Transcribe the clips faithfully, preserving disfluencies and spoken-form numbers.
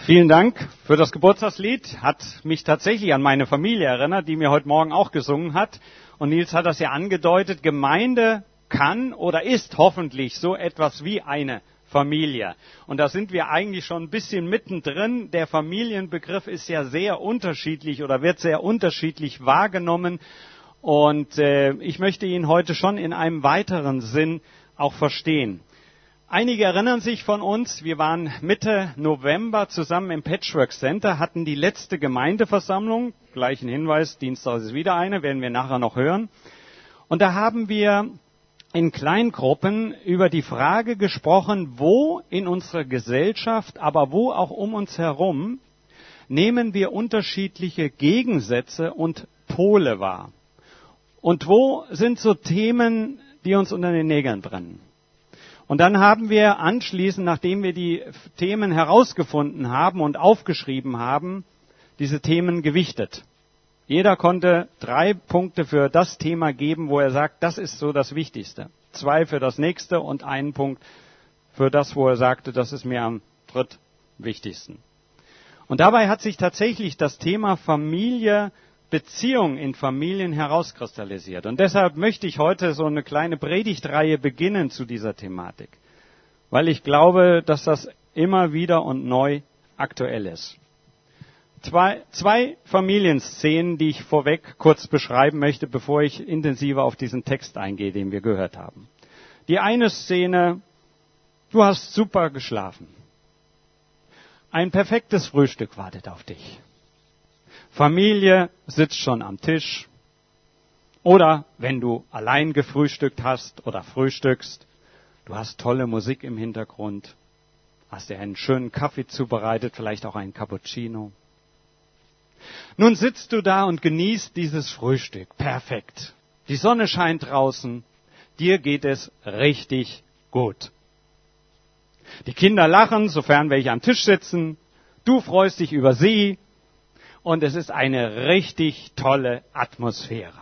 Vielen Dank für das Geburtstagslied. Hat mich tatsächlich an meine Familie erinnert, die mir heute Morgen auch gesungen hat. Und Nils hat das ja angedeutet. Gemeinde kann oder ist hoffentlich so etwas wie eine Familie. Und da sind wir eigentlich schon ein bisschen mittendrin. Der Familienbegriff ist ja sehr unterschiedlich oder wird sehr unterschiedlich wahrgenommen. Und äh, ich möchte ihn heute schon in einem weiteren Sinn auch verstehen. Einige erinnern sich von uns, wir waren Mitte November zusammen im Patchwork Center, hatten die letzte Gemeindeversammlung, gleichen Hinweis, Dienstag ist wieder eine, werden wir nachher noch hören. Und da haben wir in Kleingruppen über die Frage gesprochen, wo in unserer Gesellschaft, aber wo auch um uns herum, nehmen wir unterschiedliche Gegensätze und Pole wahr. Und wo sind so Themen, die uns unter den Nägeln brennen? Und dann haben wir anschließend, nachdem wir die Themen herausgefunden haben und aufgeschrieben haben, diese Themen gewichtet. Jeder konnte drei Punkte für das Thema geben, wo er sagt, das ist so das Wichtigste. Zwei für das nächste und einen Punkt für das, wo er sagte, das ist mir am drittwichtigsten. Und dabei hat sich tatsächlich das Thema Familie, Beziehung in Familien herauskristallisiert. Und deshalb möchte ich heute so eine kleine Predigtreihe beginnen zu dieser Thematik. Weil ich glaube, dass das immer wieder und neu aktuell ist. Zwei, zwei Familienszenen, die ich vorweg kurz beschreiben möchte, bevor ich intensiver auf diesen Text eingehe, den wir gehört haben. Die eine Szene, du hast super geschlafen. Ein perfektes Frühstück wartet auf dich. Familie sitzt schon am Tisch. Oder wenn du allein gefrühstückt hast oder frühstückst, du hast tolle Musik im Hintergrund, hast dir einen schönen Kaffee zubereitet, vielleicht auch einen Cappuccino. Nun sitzt du da und genießt dieses Frühstück. Perfekt. Die Sonne scheint draußen. Dir geht es richtig gut. Die Kinder lachen, sofern welche am Tisch sitzen. Du freust dich über sie. Und es ist eine richtig tolle Atmosphäre.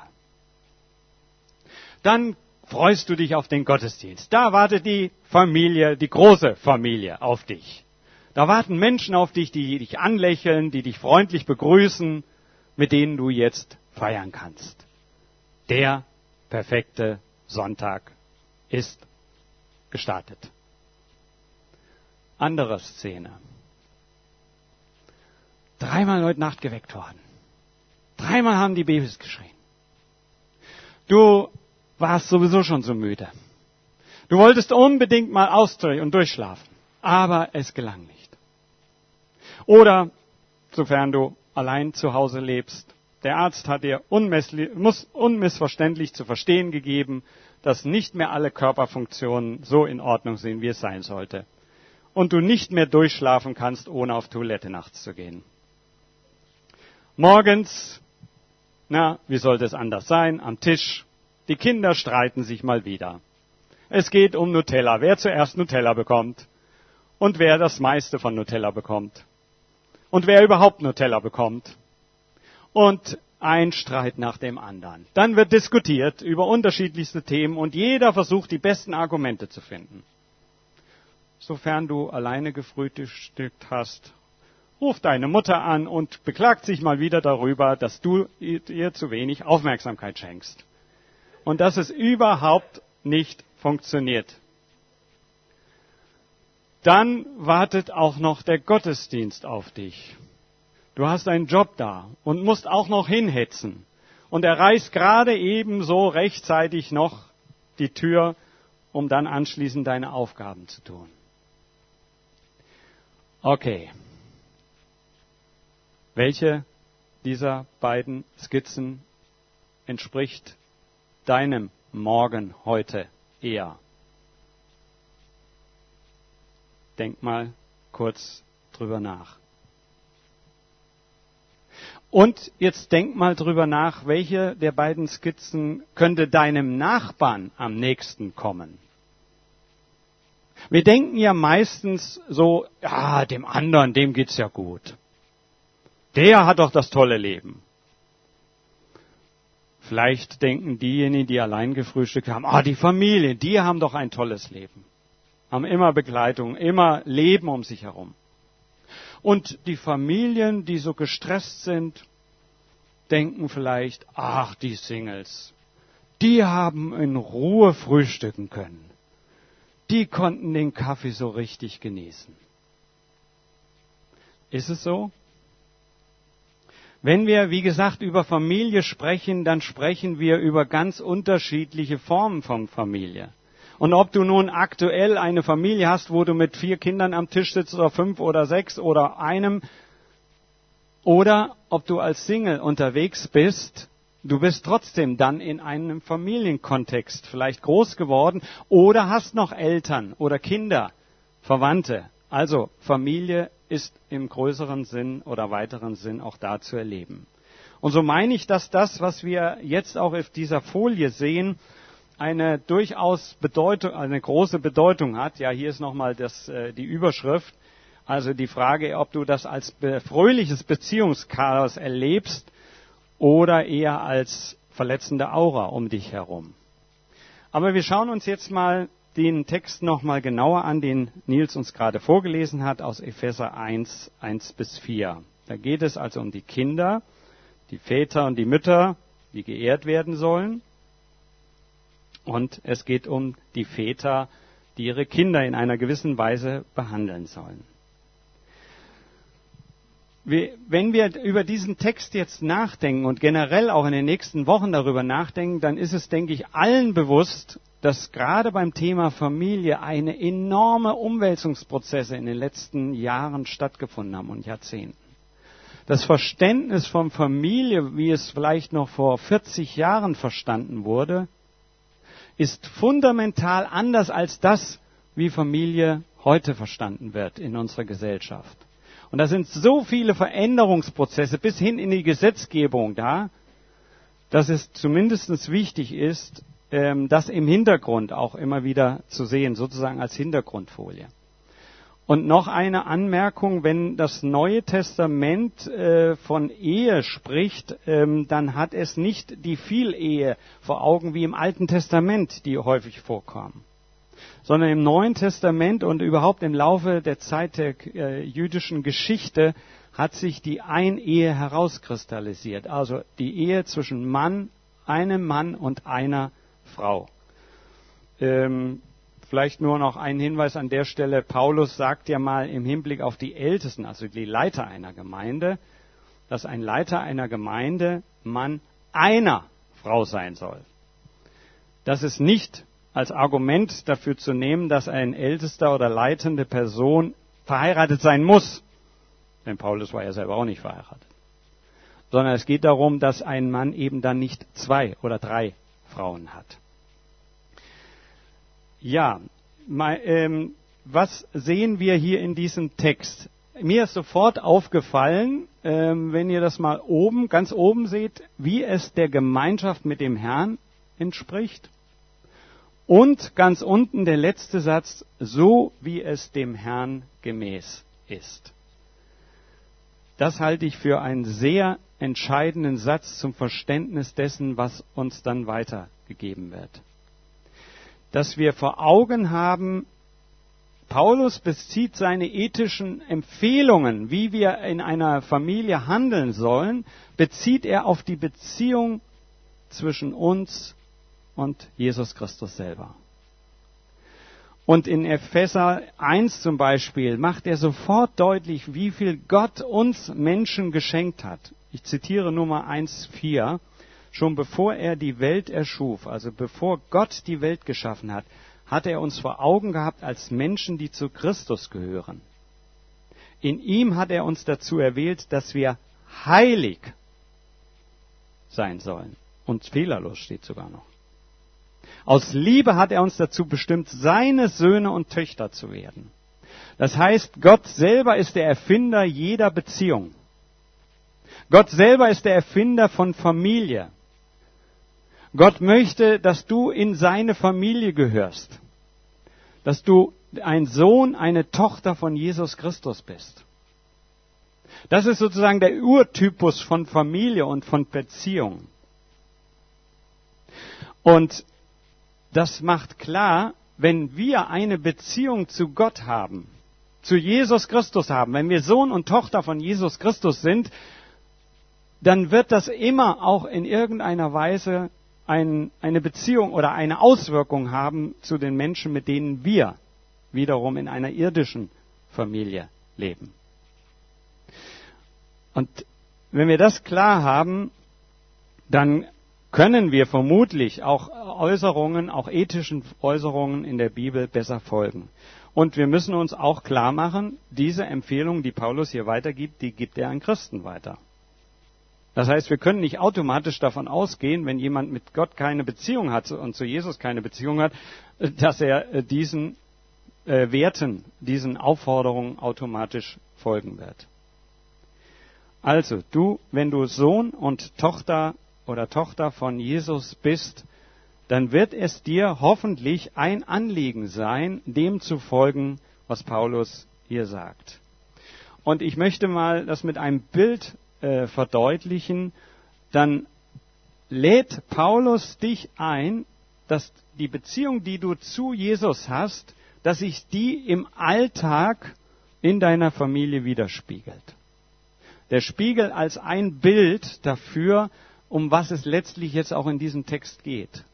Dann freust du dich auf den Gottesdienst. Da wartet die Familie, die große Familie auf dich. Da warten Menschen auf dich, die dich anlächeln, die dich freundlich begrüßen, mit denen du jetzt feiern kannst. Der perfekte Sonntag ist gestartet. Andere Szene. Dreimal heute Nacht geweckt worden. Dreimal haben die Babys geschrien. Du warst sowieso schon so müde. Du wolltest unbedingt mal ausdrehen und durchschlafen. Aber es gelang nicht. Oder, sofern du allein zu Hause lebst, der Arzt hat dir muss unmissverständlich zu verstehen gegeben, dass nicht mehr alle Körperfunktionen so in Ordnung sind, wie es sein sollte. Und du nicht mehr durchschlafen kannst, ohne auf Toilette nachts zu gehen. Morgens, na, wie sollte es anders sein, am Tisch, die Kinder streiten sich mal wieder. Es geht um Nutella, wer zuerst Nutella bekommt und wer das meiste von Nutella bekommt und wer überhaupt Nutella bekommt und ein Streit nach dem anderen. Dann wird diskutiert über unterschiedlichste Themen und jeder versucht, die besten Argumente zu finden. Sofern du alleine gefrühstückt hast, ruft deine Mutter an und beklagt sich mal wieder darüber, dass du ihr zu wenig Aufmerksamkeit schenkst. Und dass es überhaupt nicht funktioniert. Dann wartet auch noch der Gottesdienst auf dich. Du hast einen Job da und musst auch noch hinhetzen. Und erreichst gerade ebenso rechtzeitig noch die Tür, um dann anschließend deine Aufgaben zu tun. Okay. Welche dieser beiden Skizzen entspricht deinem Morgen heute eher? Denk mal kurz drüber nach. Und jetzt denk mal drüber nach, welche der beiden Skizzen könnte deinem Nachbarn am nächsten kommen? Wir denken ja meistens so, ja, dem anderen, dem geht's ja gut. Der hat doch das tolle Leben. Vielleicht denken diejenigen, die allein gefrühstückt haben, ah, die Familie, die haben doch ein tolles Leben. Haben immer Begleitung, immer Leben um sich herum. Und die Familien, die so gestresst sind, denken vielleicht, ach, die Singles, die haben in Ruhe frühstücken können. Die konnten den Kaffee so richtig genießen. Ist es so? Wenn wir, wie gesagt, über Familie sprechen, dann sprechen wir über ganz unterschiedliche Formen von Familie. Und ob du nun aktuell eine Familie hast, wo du mit vier Kindern am Tisch sitzt oder fünf oder sechs oder einem, oder ob du als Single unterwegs bist, du bist trotzdem dann in einem Familienkontext vielleicht groß geworden oder hast noch Eltern oder Kinder, Verwandte. Also Familie ist im größeren Sinn oder weiteren Sinn auch da zu erleben. Und so meine ich, dass das, was wir jetzt auch auf dieser Folie sehen, eine durchaus Bedeutung, eine große Bedeutung hat. Ja, hier ist nochmal das, die Überschrift. Also die Frage, ob du das als fröhliches Beziehungschaos erlebst oder eher als verletzende Aura um dich herum. Aber wir schauen uns jetzt mal den Text nochmal genauer an, den Nils uns gerade vorgelesen hat, aus Epheser eins, eins bis vier. Da geht es also um die Kinder, die Väter und die Mütter, die geehrt werden sollen. Und es geht um die Väter, die ihre Kinder in einer gewissen Weise behandeln sollen. Wenn wir über diesen Text jetzt nachdenken und generell auch in den nächsten Wochen darüber nachdenken, dann ist es, denke ich, allen bewusst, dass gerade beim Thema Familie eine enorme Umwälzungsprozesse in den letzten Jahren stattgefunden haben und Jahrzehnten. Das Verständnis von Familie, wie es vielleicht noch vor vierzig Jahren verstanden wurde, ist fundamental anders als das, wie Familie heute verstanden wird in unserer Gesellschaft. Und da sind so viele Veränderungsprozesse bis hin in die Gesetzgebung da, dass es zumindest wichtig ist, das im Hintergrund auch immer wieder zu sehen, sozusagen als Hintergrundfolie. Und noch eine Anmerkung, wenn das Neue Testament äh, von Ehe spricht, ähm, dann hat es nicht die Vielehe vor Augen wie im Alten Testament, die häufig vorkommen, sondern im Neuen Testament und überhaupt im Laufe der Zeit der äh, jüdischen Geschichte hat sich die Einehe herauskristallisiert, also die Ehe zwischen Mann, einem Mann und einer Frau. Ähm, Vielleicht nur noch ein Hinweis an der Stelle. Paulus sagt ja mal im Hinblick auf die Ältesten, also die Leiter einer Gemeinde, dass ein Leiter einer Gemeinde Mann einer Frau sein soll. Das ist nicht als Argument dafür zu nehmen, dass ein ältester oder leitende Person verheiratet sein muss. Denn Paulus war ja selber auch nicht verheiratet. Sondern es geht darum, dass ein Mann eben dann nicht zwei oder drei Frauen hat. Ja, mal, ähm, was sehen wir hier in diesem Text? Mir ist sofort aufgefallen, ähm, wenn ihr das mal oben, ganz oben seht, wie es der Gemeinschaft mit dem Herrn entspricht. Und ganz unten der letzte Satz, so wie es dem Herrn gemäß ist. Das halte ich für einen sehr entscheidenden Satz zum Verständnis dessen, was uns dann weitergegeben wird. Dass wir vor Augen haben, Paulus bezieht seine ethischen Empfehlungen, wie wir in einer Familie handeln sollen, bezieht er auf die Beziehung zwischen uns und Jesus Christus selber. Und in Epheser eins zum Beispiel macht er sofort deutlich, wie viel Gott uns Menschen geschenkt hat. Ich zitiere Nummer eins vier. Schon bevor er die Welt erschuf, also bevor Gott die Welt geschaffen hat, hat er uns vor Augen gehabt als Menschen, die zu Christus gehören. In ihm hat er uns dazu erwählt, dass wir heilig sein sollen. Und fehlerlos steht sogar noch. Aus Liebe hat er uns dazu bestimmt, seine Söhne und Töchter zu werden. Das heißt, Gott selber ist der Erfinder jeder Beziehung. Gott selber ist der Erfinder von Familie. Gott möchte, dass du in seine Familie gehörst. Dass du ein Sohn, eine Tochter von Jesus Christus bist. Das ist sozusagen der Urtypus von Familie und von Beziehung. Und das macht klar, wenn wir eine Beziehung zu Gott haben, zu Jesus Christus haben, wenn wir Sohn und Tochter von Jesus Christus sind, dann wird das immer auch in irgendeiner Weise ein, eine Beziehung oder eine Auswirkung haben zu den Menschen, mit denen wir wiederum in einer irdischen Familie leben. Und wenn wir das klar haben, dann können wir vermutlich auch Äußerungen, auch ethischen Äußerungen in der Bibel besser folgen. Und wir müssen uns auch klar machen, diese Empfehlung, die Paulus hier weitergibt, die gibt er an Christen weiter. Das heißt, wir können nicht automatisch davon ausgehen, wenn jemand mit Gott keine Beziehung hat und zu Jesus keine Beziehung hat, dass er diesen äh, Werten, diesen Aufforderungen automatisch folgen wird. Also, du, wenn du Sohn und Tochter oder Tochter von Jesus bist, dann wird es dir hoffentlich ein Anliegen sein, dem zu folgen, was Paulus hier sagt. Und ich möchte mal das mit einem Bild äh, verdeutlichen. Dann lädt Paulus dich ein, dass die Beziehung, die du zu Jesus hast, dass sich die im Alltag in deiner Familie widerspiegelt. Der Spiegel als ein Bild dafür, um was es letztlich jetzt auch in diesem Text geht.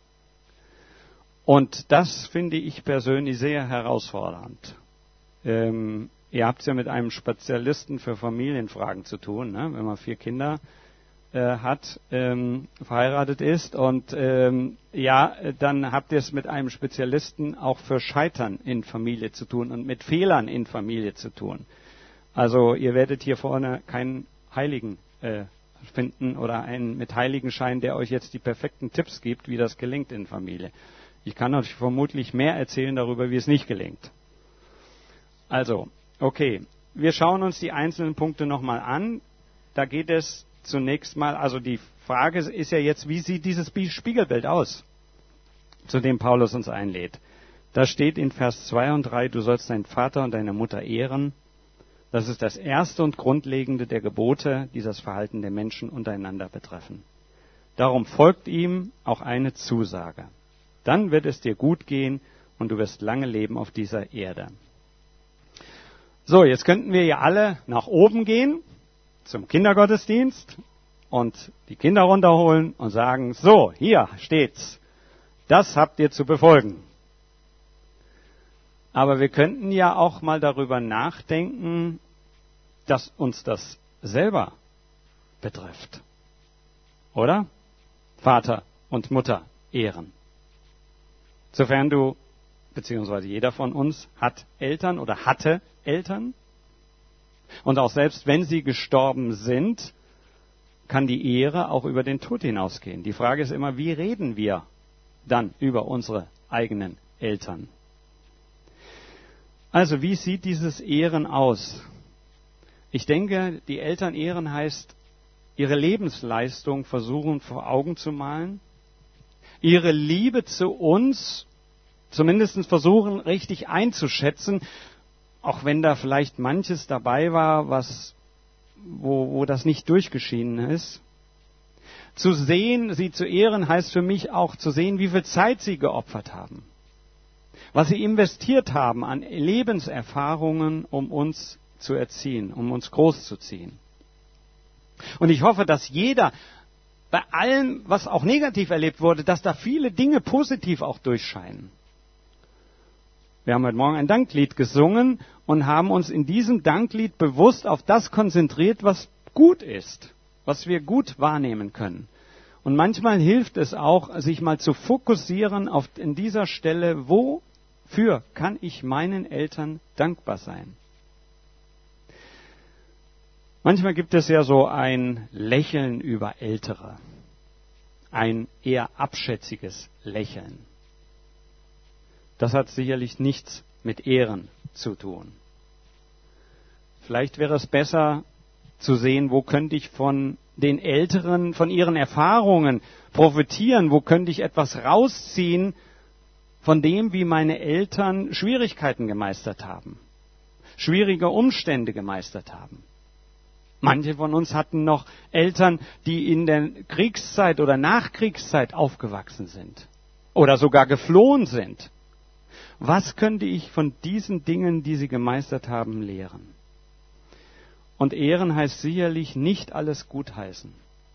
Und das finde ich persönlich sehr herausfordernd. Ähm, ihr habt es ja mit einem Spezialisten für Familienfragen zu tun, ne? Wenn man vier Kinder äh, hat, ähm, verheiratet ist. Und ähm, ja, dann habt ihr es mit einem Spezialisten auch für Scheitern in Familie zu tun und mit Fehlern in Familie zu tun. Also ihr werdet hier vorne keinen Heiligen äh, finden oder einen mit Heiligenschein, der euch jetzt die perfekten Tipps gibt, wie das gelingt in Familie. Ich kann euch vermutlich mehr erzählen darüber, wie es nicht gelingt. Also, okay, wir schauen uns die einzelnen Punkte nochmal an. Da geht es zunächst mal, also die Frage ist ja jetzt, wie sieht dieses Spiegelbild aus, zu dem Paulus uns einlädt. Da steht in Vers zwei und drei, du sollst deinen Vater und deine Mutter ehren. Das ist das erste und grundlegende der Gebote, die das Verhalten der Menschen untereinander betreffen. Darum folgt ihm auch eine Zusage. Dann wird es dir gut gehen und du wirst lange leben auf dieser Erde. So, jetzt könnten wir ja alle nach oben gehen zum Kindergottesdienst und die Kinder runterholen und sagen, so, hier steht's. Das habt ihr zu befolgen. Aber wir könnten ja auch mal darüber nachdenken, dass uns das selber betrifft. Oder? Vater und Mutter ehren. Sofern du, beziehungsweise jeder von uns, hat Eltern oder hatte Eltern. Und auch selbst wenn sie gestorben sind, kann die Ehre auch über den Tod hinausgehen. Die Frage ist immer, wie reden wir dann über unsere eigenen Eltern? Also, wie sieht dieses Ehren aus? Ich denke, die Eltern ehren heißt, ihre Lebensleistung versuchen vor Augen zu malen, ihre Liebe zu uns zumindest versuchen richtig einzuschätzen, auch wenn da vielleicht manches dabei war, was, wo, wo das nicht durchgeschieden ist. Zu sehen, sie zu ehren, heißt für mich auch zu sehen, wie viel Zeit sie geopfert haben. Was sie investiert haben an Lebenserfahrungen, um uns zu erziehen, um uns großzuziehen. Und ich hoffe, dass jeder, bei allem, was auch negativ erlebt wurde, dass da viele Dinge positiv auch durchscheinen. Wir haben heute Morgen ein Danklied gesungen und haben uns in diesem Danklied bewusst auf das konzentriert, was gut ist, was wir gut wahrnehmen können. Und manchmal hilft es auch, sich mal zu fokussieren auf in dieser Stelle, wofür kann ich meinen Eltern dankbar sein? Manchmal gibt es ja so ein Lächeln über Ältere, ein eher abschätziges Lächeln. Das hat sicherlich nichts mit Ehren zu tun. Vielleicht wäre es besser zu sehen, wo könnte ich von den Älteren, von ihren Erfahrungen profitieren, wo könnte ich etwas rausziehen von dem, wie meine Eltern Schwierigkeiten gemeistert haben, schwierige Umstände gemeistert haben. Manche von uns hatten noch Eltern, die in der Kriegszeit oder Nachkriegszeit aufgewachsen sind oder sogar geflohen sind. Was könnte ich von diesen Dingen, die sie gemeistert haben, lehren? Und ehren heißt sicherlich nicht alles gutheißen.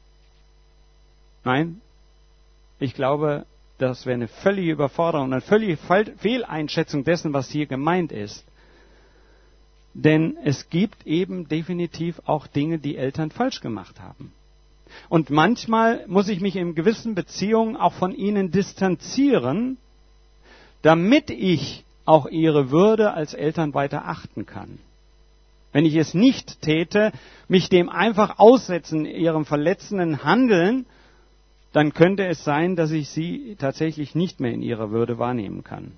Nein, ich glaube, das wäre eine völlige Überforderung und eine völlige Fehleinschätzung dessen, was hier gemeint ist. Denn es gibt eben definitiv auch Dinge, die Eltern falsch gemacht haben. Und manchmal muss ich mich in gewissen Beziehungen auch von ihnen distanzieren, damit ich auch ihre Würde als Eltern weiter achten kann. Wenn ich es nicht täte, mich dem einfach aussetzen, ihrem verletzenden Handeln, dann könnte es sein, dass ich sie tatsächlich nicht mehr in ihrer Würde wahrnehmen kann.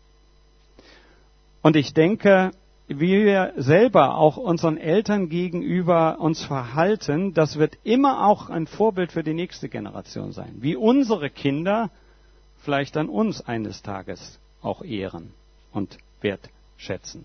Und ich denke, wie wir selber auch unseren Eltern gegenüber uns verhalten, das wird immer auch ein Vorbild für die nächste Generation sein. Wie unsere Kinder vielleicht dann uns eines Tages auch ehren und wertschätzen.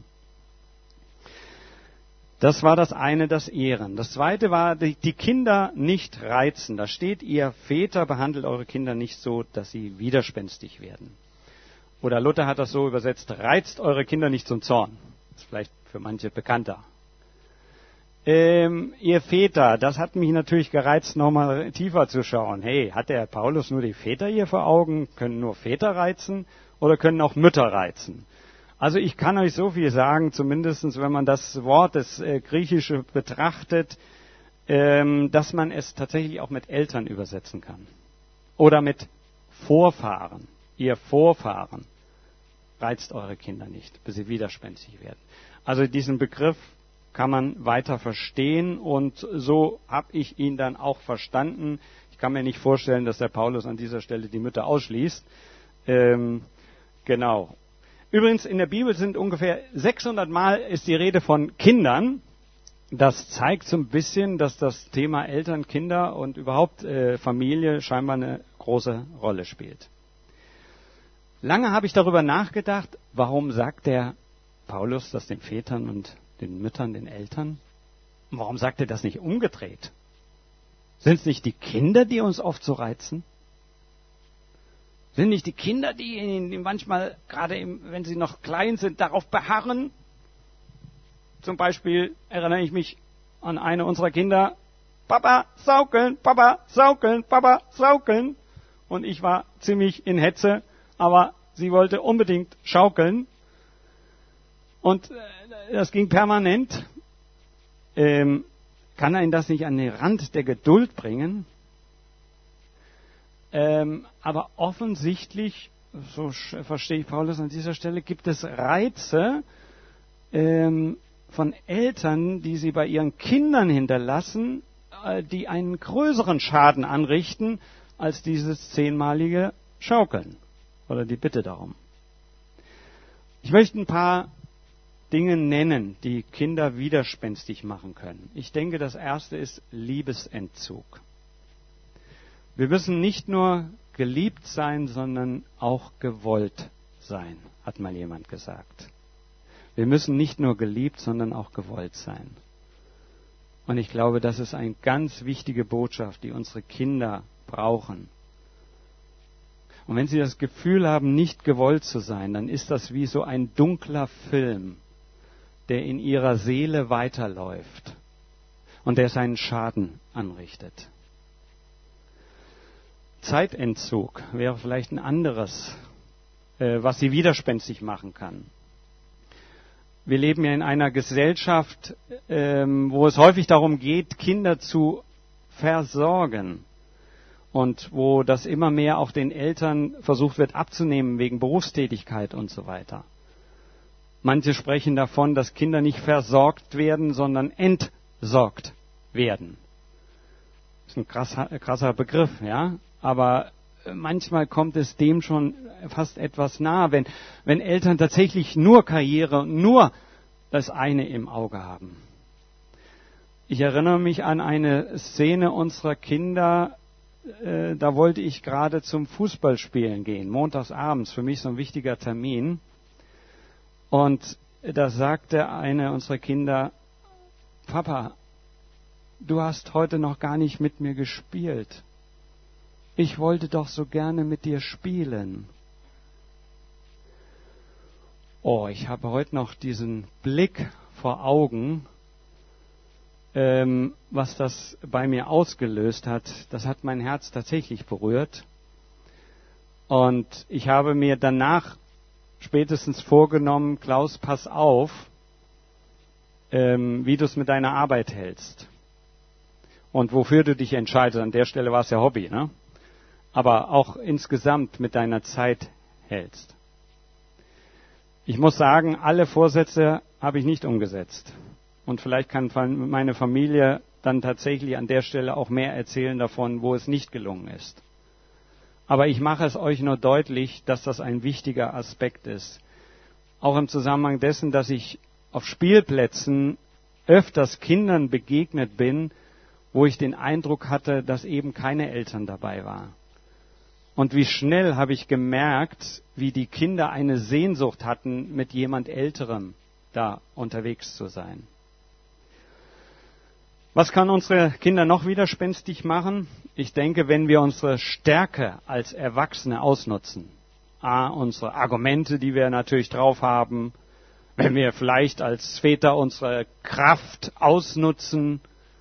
Das war das eine, das Ehren. Das zweite war, die Kinder nicht reizen. Da steht, ihr Väter behandelt eure Kinder nicht so, dass sie widerspenstig werden. Oder Luther hat das so übersetzt, reizt eure Kinder nicht zum Zorn. Das ist vielleicht für manche bekannter. Ähm, ihr Väter, das hat mich natürlich gereizt, nochmal tiefer zu schauen. Hey, hat der Paulus nur die Väter hier vor Augen? Können nur Väter reizen oder können auch Mütter reizen? Also ich kann euch so viel sagen, zumindest wenn man das Wort, das äh, Griechische betrachtet, ähm, dass man es tatsächlich auch mit Eltern übersetzen kann. Oder mit Vorfahren. Ihr Vorfahren reizt eure Kinder nicht, bis sie widerspenstig werden. Also diesen Begriff kann man weiter verstehen und so habe ich ihn dann auch verstanden. Ich kann mir nicht vorstellen, dass der Paulus an dieser Stelle die Mütter ausschließt. Ähm, genau. Übrigens, in der Bibel sind ungefähr sechshundert Mal ist die Rede von Kindern. Das zeigt so ein bisschen, dass das Thema Eltern, Kinder und überhaupt äh, Familie scheinbar eine große Rolle spielt. Lange habe ich darüber nachgedacht, warum sagt der Paulus das den Vätern und den Müttern, den Eltern? Und warum sagt er das nicht umgedreht? Sind es nicht die Kinder, die uns oft so reizen? Sind nicht die Kinder, die manchmal, gerade wenn sie noch klein sind, darauf beharren? Zum Beispiel erinnere ich mich an eine unserer Kinder. Papa, saukeln, Papa, saukeln, Papa, saukeln. Und ich war ziemlich in Hetze, aber sie wollte unbedingt schaukeln. Und das ging permanent. Ähm, kann einen das nicht an den Rand der Geduld bringen? Ähm, aber offensichtlich, so verstehe ich Paulus an dieser Stelle, gibt es Reize ähm, von Eltern, die sie bei ihren Kindern hinterlassen, äh, die einen größeren Schaden anrichten als dieses zehnmalige Schaukeln oder die Bitte darum. Ich möchte ein paar Dinge nennen, die Kinder widerspenstig machen können. Ich denke, das erste ist Liebesentzug. Wir müssen nicht nur geliebt sein, sondern auch gewollt sein, hat mal jemand gesagt. Wir müssen nicht nur geliebt, sondern auch gewollt sein. Und ich glaube, das ist eine ganz wichtige Botschaft, die unsere Kinder brauchen. Und wenn sie das Gefühl haben, nicht gewollt zu sein, dann ist das wie so ein dunkler Film, der in ihrer Seele weiterläuft und der seinen Schaden anrichtet. Zeitentzug wäre vielleicht ein anderes, äh, was sie widerspenstig machen kann. Wir leben ja in einer Gesellschaft, ähm, wo es häufig darum geht, Kinder zu versorgen und wo das immer mehr auch den Eltern versucht wird abzunehmen wegen Berufstätigkeit und so weiter. Manche sprechen davon, dass Kinder nicht versorgt werden, sondern entsorgt werden. Das ist ein krasser, krasser Begriff, ja. Aber manchmal kommt es dem schon fast etwas nahe, wenn, wenn Eltern tatsächlich nur Karriere und nur das eine im Auge haben. Ich erinnere mich an eine Szene unserer Kinder, äh, da wollte ich gerade zum Fußballspielen gehen, montags abends, für mich so ein wichtiger Termin. Und da sagte eine unserer Kinder, Papa, du hast heute noch gar nicht mit mir gespielt. Ich wollte doch so gerne mit dir spielen. Oh, ich habe heute noch diesen Blick vor Augen, ähm, was das bei mir ausgelöst hat. Das hat mein Herz tatsächlich berührt. Und ich habe mir danach spätestens vorgenommen, Klaus, pass auf, ähm, wie du es mit deiner Arbeit hältst. Und wofür du dich entscheidest. An der Stelle war es ja Hobby, ne? Aber auch insgesamt mit deiner Zeit hältst. Ich muss sagen, alle Vorsätze habe ich nicht umgesetzt. Und vielleicht kann meine Familie dann tatsächlich an der Stelle auch mehr erzählen davon, wo es nicht gelungen ist. Aber ich mache es euch nur deutlich, dass das ein wichtiger Aspekt ist. Auch im Zusammenhang dessen, dass ich auf Spielplätzen öfters Kindern begegnet bin, wo ich den Eindruck hatte, dass eben keine Eltern dabei waren. Und wie schnell habe ich gemerkt, wie die Kinder eine Sehnsucht hatten, mit jemand Älterem da unterwegs zu sein. Was kann unsere Kinder noch widerspenstig machen? Ich denke, wenn wir unsere Stärke als Erwachsene ausnutzen, A, unsere Argumente, die wir natürlich drauf haben, wenn wir vielleicht als Väter unsere Kraft ausnutzen.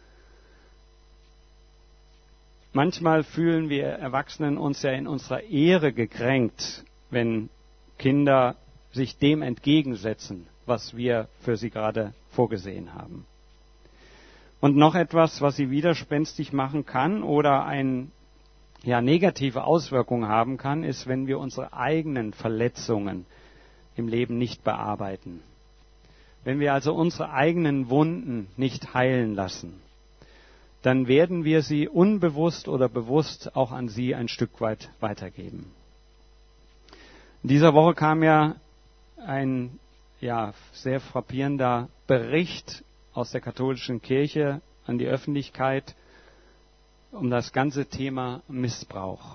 Manchmal fühlen wir Erwachsenen uns ja in unserer Ehre gekränkt, wenn Kinder sich dem entgegensetzen, was wir für sie gerade vorgesehen haben. Und noch etwas, was sie widerspenstig machen kann oder eine ja, negative Auswirkung haben kann, ist, wenn wir unsere eigenen Verletzungen im Leben nicht bearbeiten. Wenn wir also unsere eigenen Wunden nicht heilen lassen, dann werden wir sie unbewusst oder bewusst auch an sie ein Stück weit weitergeben. In dieser Woche kam ja ein ja, sehr frappierender Bericht aus der katholischen Kirche an die Öffentlichkeit um das ganze Thema Missbrauch.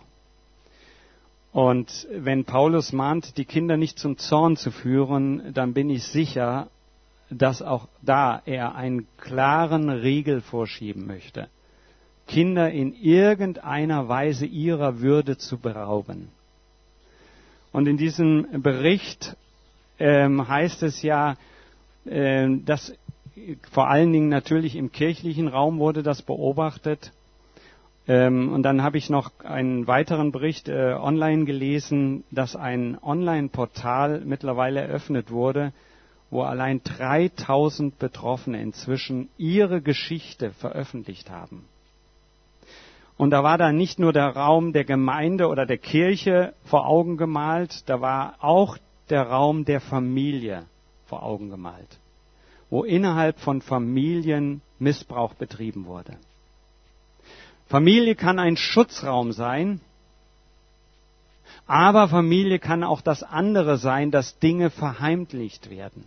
Und wenn Paulus mahnt, die Kinder nicht zum Zorn zu führen, dann bin ich sicher, dass auch da er einen klaren Riegel vorschieben möchte. Kinder in irgendeiner Weise ihrer Würde zu berauben. Und in diesem Bericht ähm, heißt es ja, äh, dass vor allen Dingen natürlich im kirchlichen Raum wurde das beobachtet. Ähm, und dann habe ich noch einen weiteren Bericht äh, online gelesen, dass ein Online-Portal mittlerweile eröffnet wurde, wo allein dreitausend Betroffene inzwischen ihre Geschichte veröffentlicht haben. Und da war dann nicht nur der Raum der Gemeinde oder der Kirche vor Augen gemalt, da war auch der Raum der Familie vor Augen gemalt, wo innerhalb von Familien Missbrauch betrieben wurde. Familie kann ein Schutzraum sein, aber Familie kann auch das andere sein, dass Dinge verheimlicht werden.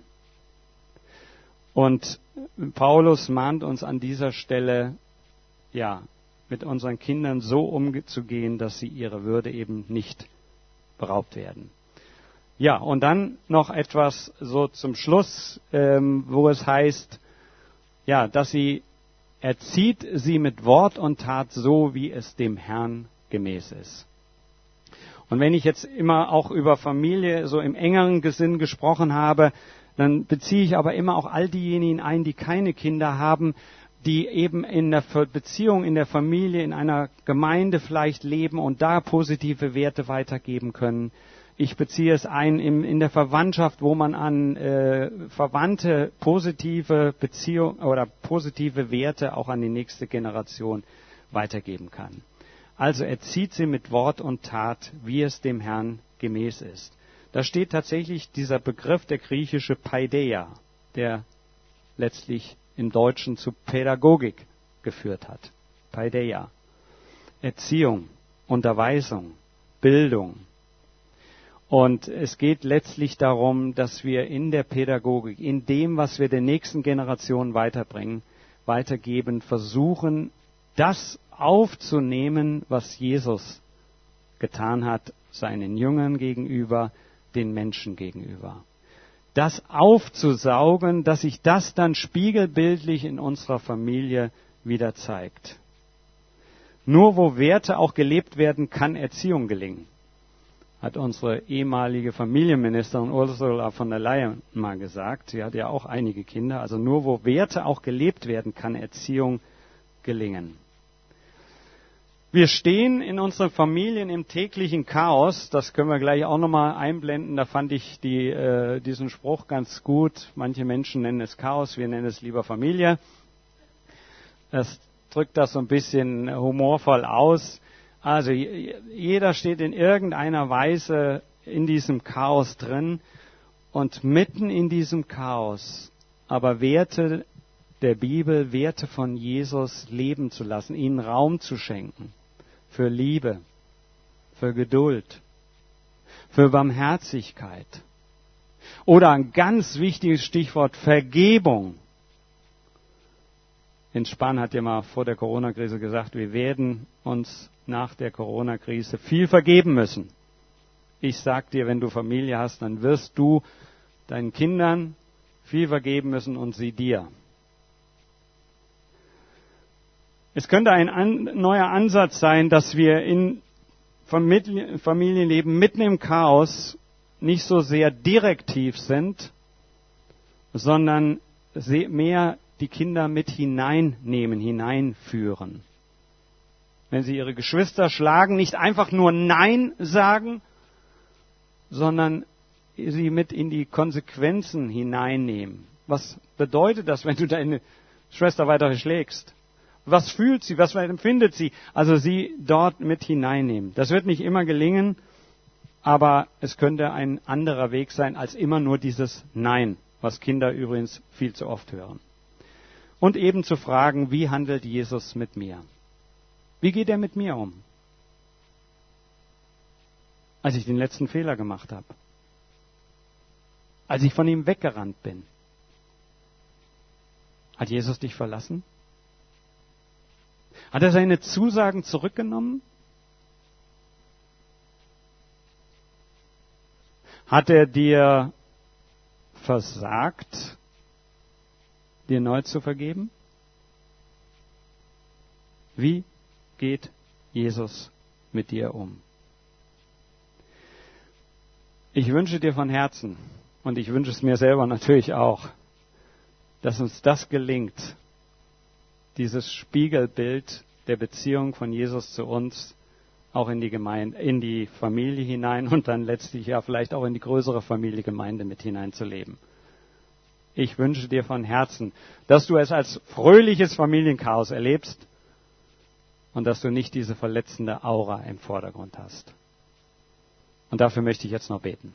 Und Paulus mahnt uns an dieser Stelle, ja, mit unseren Kindern so umzugehen, dass sie ihrer Würde eben nicht beraubt werden. Ja, und dann noch etwas so zum Schluss, ähm, wo es heißt, ja, dass sie erzieht sie mit Wort und Tat so, wie es dem Herrn gemäß ist. Und wenn ich jetzt immer auch über Familie so im engeren Sinn gesprochen habe, dann beziehe ich aber immer auch all diejenigen ein, die keine Kinder haben, die eben in der Beziehung, in der Familie, in einer Gemeinde vielleicht leben und da positive Werte weitergeben können. Ich beziehe es ein in, in der Verwandtschaft, wo man an äh, Verwandte positive Beziehung oder positive Werte auch an die nächste Generation weitergeben kann. Also erzieht sie mit Wort und Tat, wie es dem Herrn gemäß ist. Da steht tatsächlich dieser Begriff, der griechische Paideia, der letztlich im Deutschen zu Pädagogik geführt hat. Paideia. Erziehung, Unterweisung, Bildung. Und es geht letztlich darum, dass wir in der Pädagogik, in dem, was wir der nächsten Generation weiterbringen, weitergeben, versuchen, das aufzunehmen, was Jesus getan hat, seinen Jüngern gegenüber, den Menschen gegenüber. Das aufzusaugen, dass sich das dann spiegelbildlich in unserer Familie wieder zeigt. Nur wo Werte auch gelebt werden, kann Erziehung gelingen. hat unsere ehemalige Familienministerin Ursula von der Leyen mal gesagt. Sie hat ja auch einige Kinder. Also nur wo Werte auch gelebt werden, kann Erziehung gelingen. Wir stehen in unseren Familien im täglichen Chaos. Das können wir gleich auch nochmal einblenden. Da fand ich die, äh, diesen Spruch ganz gut. Manche Menschen nennen es Chaos, wir nennen es lieber Familie. Das drückt das so ein bisschen humorvoll aus. Also jeder steht in irgendeiner Weise in diesem Chaos drin und mitten in diesem Chaos aber Werte der Bibel, Werte von Jesus leben zu lassen, ihnen Raum zu schenken für Liebe, für Geduld, für Barmherzigkeit. Oder ein ganz wichtiges Stichwort, Vergebung. In Spahn hat ja mal vor der Corona-Krise gesagt, wir werden uns nach der Corona-Krise viel vergeben müssen. Ich sag dir, wenn du Familie hast, dann wirst du deinen Kindern viel vergeben müssen und sie dir. Es könnte ein an, neuer Ansatz sein, dass wir in Familienleben mitten im Chaos nicht so sehr direktiv sind, sondern mehr die Kinder mit hineinnehmen, hineinführen. Wenn sie ihre Geschwister schlagen, nicht einfach nur Nein sagen, sondern sie mit in die Konsequenzen hineinnehmen. Was bedeutet das, wenn du deine Schwester weiter schlägst? Was fühlt sie? Was empfindet sie? Also sie dort mit hineinnehmen. Das wird nicht immer gelingen, aber es könnte ein anderer Weg sein als immer nur dieses Nein, was Kinder übrigens viel zu oft hören. Und eben zu fragen, wie handelt Jesus mit mir? Wie geht er mit mir um? Als ich den letzten Fehler gemacht habe. Als ich von ihm weggerannt bin. Hat Jesus dich verlassen? Hat er seine Zusagen zurückgenommen? Hat er dir versagt, dir neu zu vergeben? Wie geht Jesus mit dir um? Ich wünsche dir von Herzen, und ich wünsche es mir selber natürlich auch, dass uns das gelingt, dieses Spiegelbild der Beziehung von Jesus zu uns auch in die Gemeinde, in die Familie hinein und dann letztlich ja vielleicht auch in die größere Familie, Gemeinde mit hineinzuleben. Ich wünsche dir von Herzen, dass du es als fröhliches Familienchaos erlebst und dass du nicht diese verletzende Aura im Vordergrund hast. Und dafür möchte ich jetzt noch beten.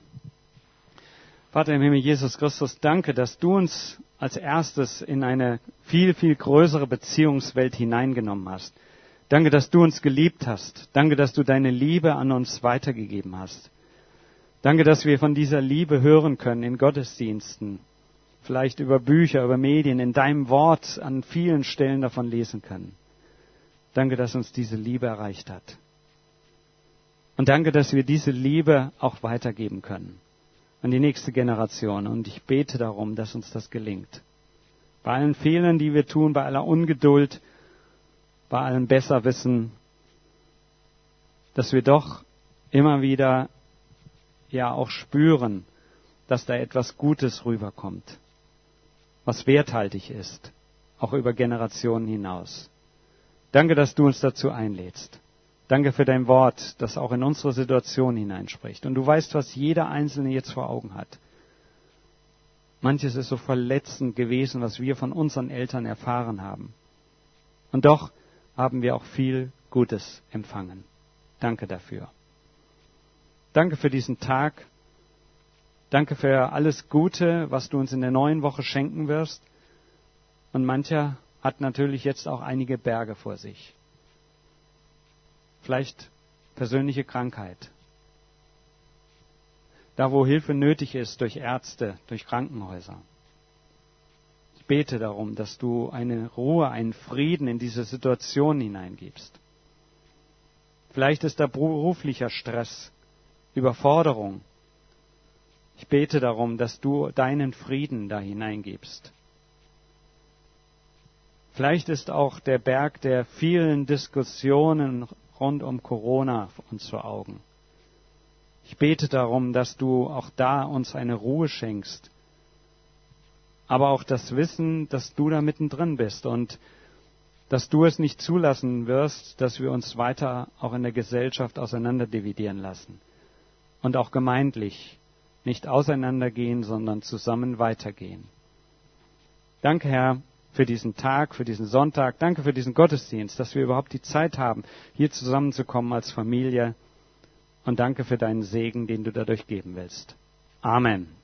Vater im Himmel, Jesus Christus, danke, dass du uns als erstes in eine viel, viel größere Beziehungswelt hineingenommen hast. Danke, dass du uns geliebt hast. Danke, dass du deine Liebe an uns weitergegeben hast. Danke, dass wir von dieser Liebe hören können in Gottesdiensten, vielleicht über Bücher, über Medien, in deinem Wort an vielen Stellen davon lesen können. Danke, dass uns diese Liebe erreicht hat. Und danke, dass wir diese Liebe auch weitergeben können an die nächste Generation. Und ich bete darum, dass uns das gelingt. Bei allen Fehlern, die wir tun, bei aller Ungeduld, bei allem Besserwissen, dass wir doch immer wieder ja auch spüren, dass da etwas Gutes rüberkommt, was werthaltig ist, auch über Generationen hinaus. Danke, dass du uns dazu einlädst. Danke für dein Wort, das auch in unsere Situation hineinspricht. Und du weißt, was jeder Einzelne jetzt vor Augen hat. Manches ist so verletzend gewesen, was wir von unseren Eltern erfahren haben. Und doch haben wir auch viel Gutes empfangen. Danke dafür. Danke für diesen Tag. Danke für alles Gute, was du uns in der neuen Woche schenken wirst. Und mancher hat natürlich jetzt auch einige Berge vor sich. Vielleicht persönliche Krankheit. Da, wo Hilfe nötig ist, durch Ärzte, durch Krankenhäuser. Ich bete darum, dass du eine Ruhe, einen Frieden in diese Situation hineingibst. Vielleicht ist da beruflicher Stress, Überforderung. Ich bete darum, dass du deinen Frieden da hineingibst. Vielleicht ist auch der Berg der vielen Diskussionen rund um Corona uns vor Augen. Ich bete darum, dass du auch da uns eine Ruhe schenkst. Aber auch das Wissen, dass du da mittendrin bist und dass du es nicht zulassen wirst, dass wir uns weiter auch in der Gesellschaft auseinanderdividieren lassen. Und auch gemeindlich nicht auseinandergehen, sondern zusammen weitergehen. Danke, Herr, für diesen Tag, für diesen Sonntag. Danke für diesen Gottesdienst, dass wir überhaupt die Zeit haben, hier zusammenzukommen als Familie. Und danke für deinen Segen, den du dadurch geben willst. Amen.